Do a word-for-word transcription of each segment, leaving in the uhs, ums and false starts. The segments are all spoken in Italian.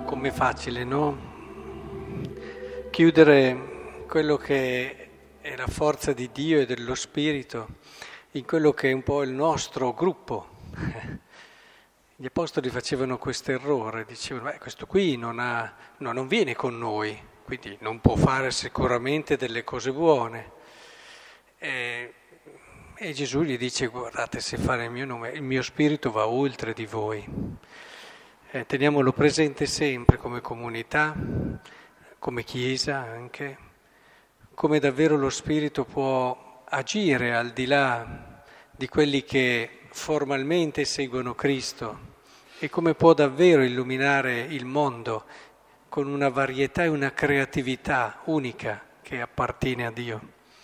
Com'è facile, no? Chiudere quello che è la forza di Dio e dello Spirito in quello che è un po' il nostro gruppo. Gli apostoli facevano questo errore, dicevano, beh, questo qui non, ha, no, non viene con noi, quindi non può fare sicuramente delle cose buone. E, e Gesù gli dice, guardate, se fare il mio nome, il mio spirito va oltre di voi. Eh, teniamolo presente sempre come comunità, come Chiesa anche, come davvero lo Spirito può agire al di là di quelli che formalmente seguono Cristo e come può davvero illuminare il mondo con una varietà e una creatività unica che appartiene a Dio.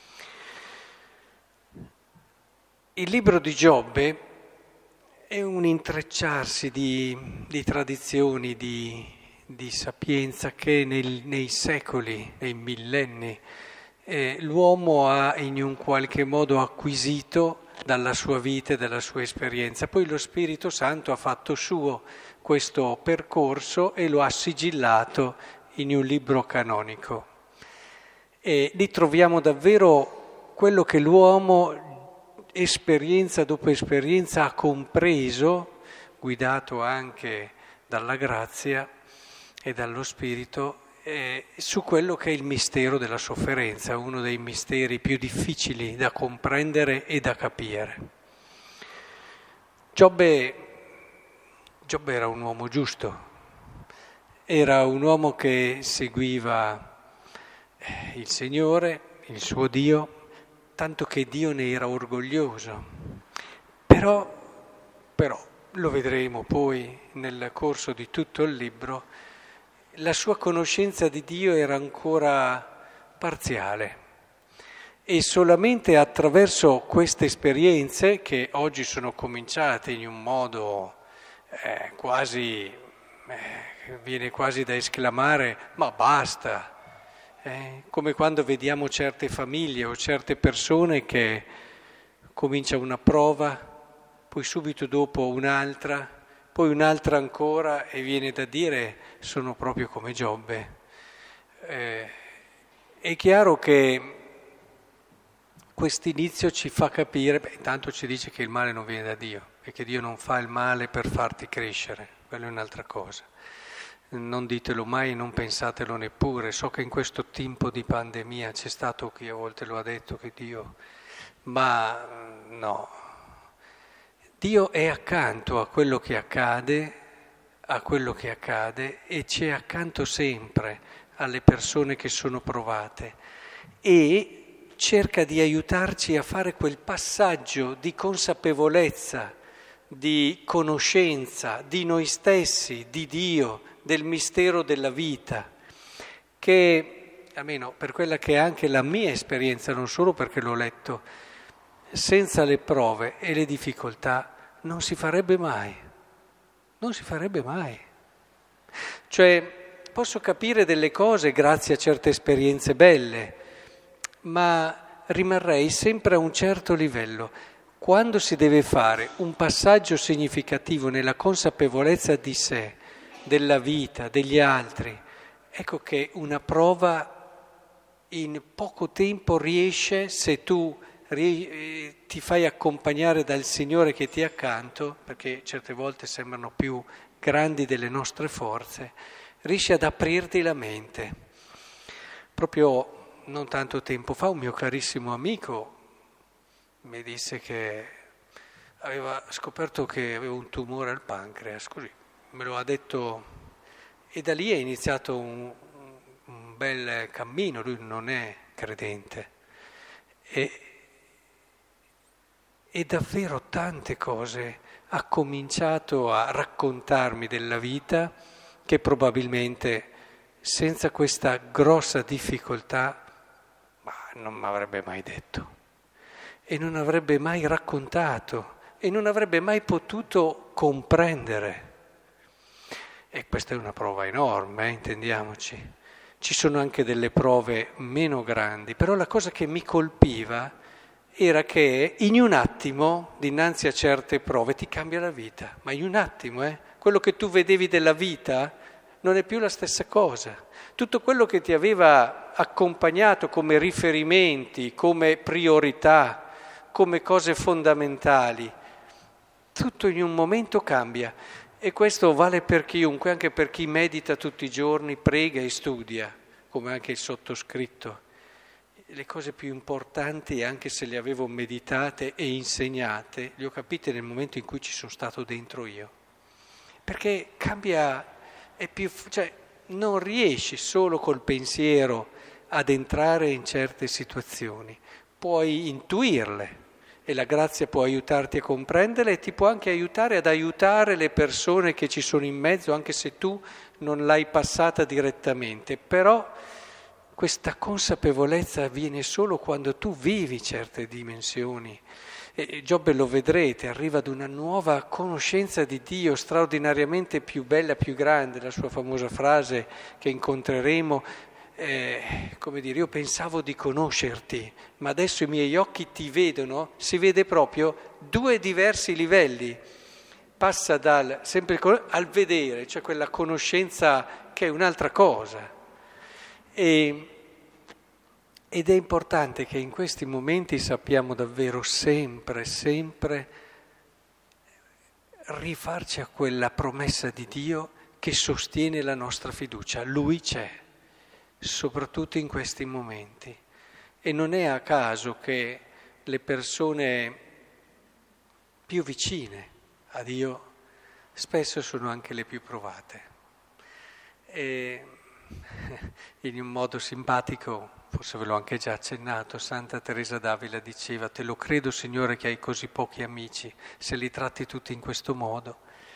Il libro di Giobbe è un intrecciarsi di, di tradizioni, di, di sapienza che nel, nei secoli, nei millenni, eh, l'uomo ha in un qualche modo acquisito dalla sua vita e dalla sua esperienza. Poi lo Spirito Santo ha fatto suo questo percorso e lo ha sigillato in un libro canonico. E lì troviamo davvero quello che l'uomo esperienza dopo esperienza ha compreso, guidato anche dalla grazia e dallo Spirito, eh, su quello che è il mistero della sofferenza, uno dei misteri più difficili da comprendere e da capire. Giobbe, Giobbe era un uomo giusto, era un uomo che seguiva il Signore, il suo Dio, tanto che Dio ne era orgoglioso. Però, però, lo vedremo poi nel corso di tutto il libro, la sua conoscenza di Dio era ancora parziale e solamente attraverso queste esperienze, che oggi sono cominciate in un modo eh, quasi, eh, viene quasi da esclamare, ma basta! Eh, come quando vediamo certe famiglie o certe persone che comincia una prova, poi subito dopo un'altra, poi un'altra ancora e viene da dire sono proprio come Giobbe. Eh, è chiaro che quest'inizio ci fa capire, beh, intanto ci dice che il male non viene da Dio e che Dio non fa il male per farti crescere, quello è un'altra cosa. Non ditelo mai, non pensatelo neppure. So che in questo tempo di pandemia c'è stato chi a volte lo ha detto che Dio, ma no. Dio è accanto a quello che accade, a quello che accade e c'è accanto sempre alle persone che sono provate e cerca di aiutarci a fare quel passaggio di consapevolezza, di conoscenza di noi stessi, di Dio, del mistero della vita, che, almeno per quella che è anche la mia esperienza, non solo perché l'ho letto, senza le prove e le difficoltà non si farebbe mai, non si farebbe mai. Cioè, posso capire delle cose grazie a certe esperienze belle, ma rimarrei sempre a un certo livello. Quando si deve fare un passaggio significativo nella consapevolezza di sé, della vita, degli altri, ecco che una prova in poco tempo riesce, se tu rie- ti fai accompagnare dal Signore che ti è accanto, perché certe volte sembrano più grandi delle nostre forze, riesci ad aprirti la mente. Proprio non tanto tempo fa un mio carissimo amico mi disse che aveva scoperto che aveva un tumore al pancreas, così me lo ha detto, e da lì è iniziato un, un bel cammino. Lui non è credente e, e davvero tante cose ha cominciato a raccontarmi della vita che probabilmente senza questa grossa difficoltà ma non mi avrebbe mai detto e non avrebbe mai raccontato e non avrebbe mai potuto comprendere. E questa è una prova enorme, eh, intendiamoci. Ci sono anche delle prove meno grandi, però la cosa che mi colpiva era che in un attimo, dinanzi a certe prove, ti cambia la vita. Ma in un attimo, eh? Quello che tu vedevi della vita non è più la stessa cosa. Tutto quello che ti aveva accompagnato come riferimenti, come priorità, come cose fondamentali, tutto in un momento cambia. E questo vale per chiunque, anche per chi medita tutti i giorni, prega e studia, come anche il sottoscritto. Le cose più importanti, anche se le avevo meditate e insegnate, le ho capite nel momento in cui ci sono stato dentro io. Perché cambia, è più, cioè non riesci solo col pensiero ad entrare in certe situazioni, puoi intuirle e la grazia può aiutarti a comprenderle e ti può anche aiutare ad aiutare le persone che ci sono in mezzo, anche se tu non l'hai passata direttamente, però questa consapevolezza avviene solo quando tu vivi certe dimensioni. E Giobbe lo vedrete, arriva ad una nuova conoscenza di Dio straordinariamente più bella, più grande. La sua famosa frase che incontreremo, eh, come dire, io pensavo di conoscerti, ma adesso i miei occhi ti vedono, si vede proprio due diversi livelli. Passa dal sempre al vedere, cioè quella conoscenza che è un'altra cosa. E, ed è importante che in questi momenti sappiamo davvero sempre, sempre rifarci a quella promessa di Dio che sostiene la nostra fiducia. Lui c'è, soprattutto in questi momenti. E non è a caso che le persone più vicine a Dio spesso sono anche le più provate. E in un modo simpatico, forse ve l'ho anche già accennato, Santa Teresa d'Avila diceva: te lo credo, Signore, che hai così pochi amici, se li tratti tutti in questo modo.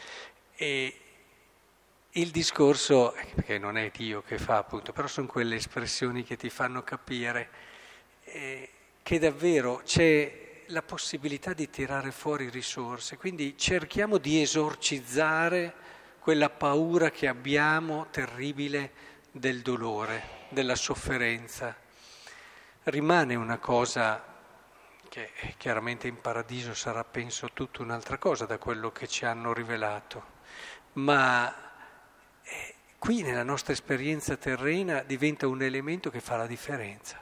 E il discorso, perché non è Dio che fa appunto, però sono quelle espressioni che ti fanno capire eh, che davvero c'è la possibilità di tirare fuori risorse, quindi cerchiamo di esorcizzare quella paura che abbiamo terribile del dolore, della sofferenza. Rimane una cosa che chiaramente in paradiso sarà, penso, tutta un'altra cosa da quello che ci hanno rivelato, ma eh, qui nella nostra esperienza terrena diventa un elemento che fa la differenza.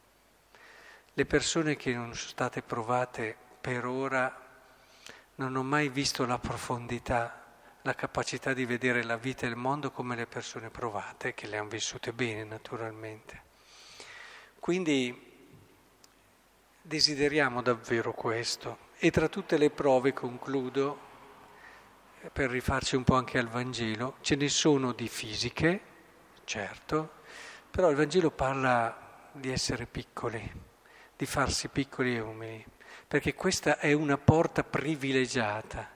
Le persone che non sono state provate per ora non hanno mai visto la profondità, la capacità di vedere la vita e il mondo come le persone provate, che le hanno vissute bene naturalmente. Quindi desideriamo davvero questo. E tra tutte le prove, concludo, per rifarci un po' anche al Vangelo, ce ne sono di fisiche, certo, però il Vangelo parla di essere piccoli, di farsi piccoli e umili, perché questa è una porta privilegiata.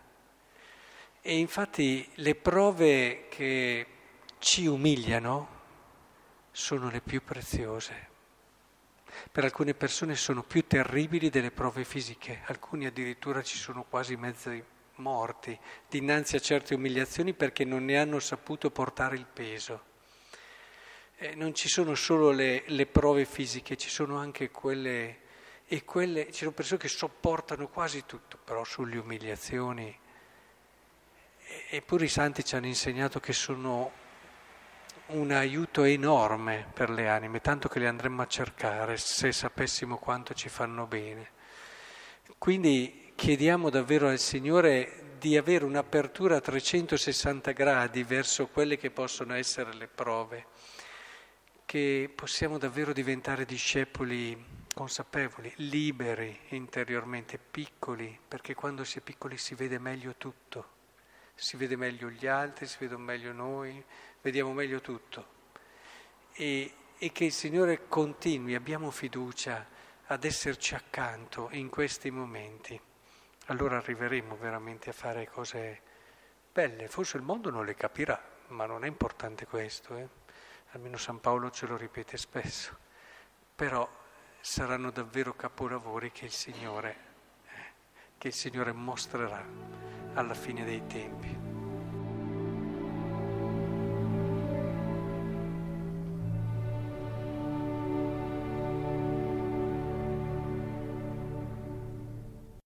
E infatti le prove che ci umiliano sono le più preziose. Per alcune persone sono più terribili delle prove fisiche, alcuni addirittura ci sono quasi mezzi morti dinanzi a certe umiliazioni perché non ne hanno saputo portare il peso. Eh, non ci sono solo le, le prove fisiche, ci sono anche quelle, e quelle, ci sono persone che sopportano quasi tutto, però sulle umiliazioni. Eppure i santi ci hanno insegnato che sono un aiuto enorme per le anime, tanto che le andremmo a cercare se sapessimo quanto ci fanno bene. Quindi chiediamo davvero al Signore di avere un'apertura a trecentosessanta gradi verso quelle che possono essere le prove, che possiamo davvero diventare discepoli consapevoli, liberi interiormente, piccoli, perché quando si è piccoli si vede meglio tutto. Si vede meglio gli altri, si vede meglio noi, vediamo meglio tutto. E, e che il Signore continui, abbiamo fiducia, ad esserci accanto in questi momenti. Allora arriveremo veramente a fare cose belle. Forse il mondo non le capirà, ma non è importante questo. Eh? Almeno San Paolo ce lo ripete spesso. Però saranno davvero capolavori che il Signore, eh, che il Signore mostrerà alla fine dei tempi.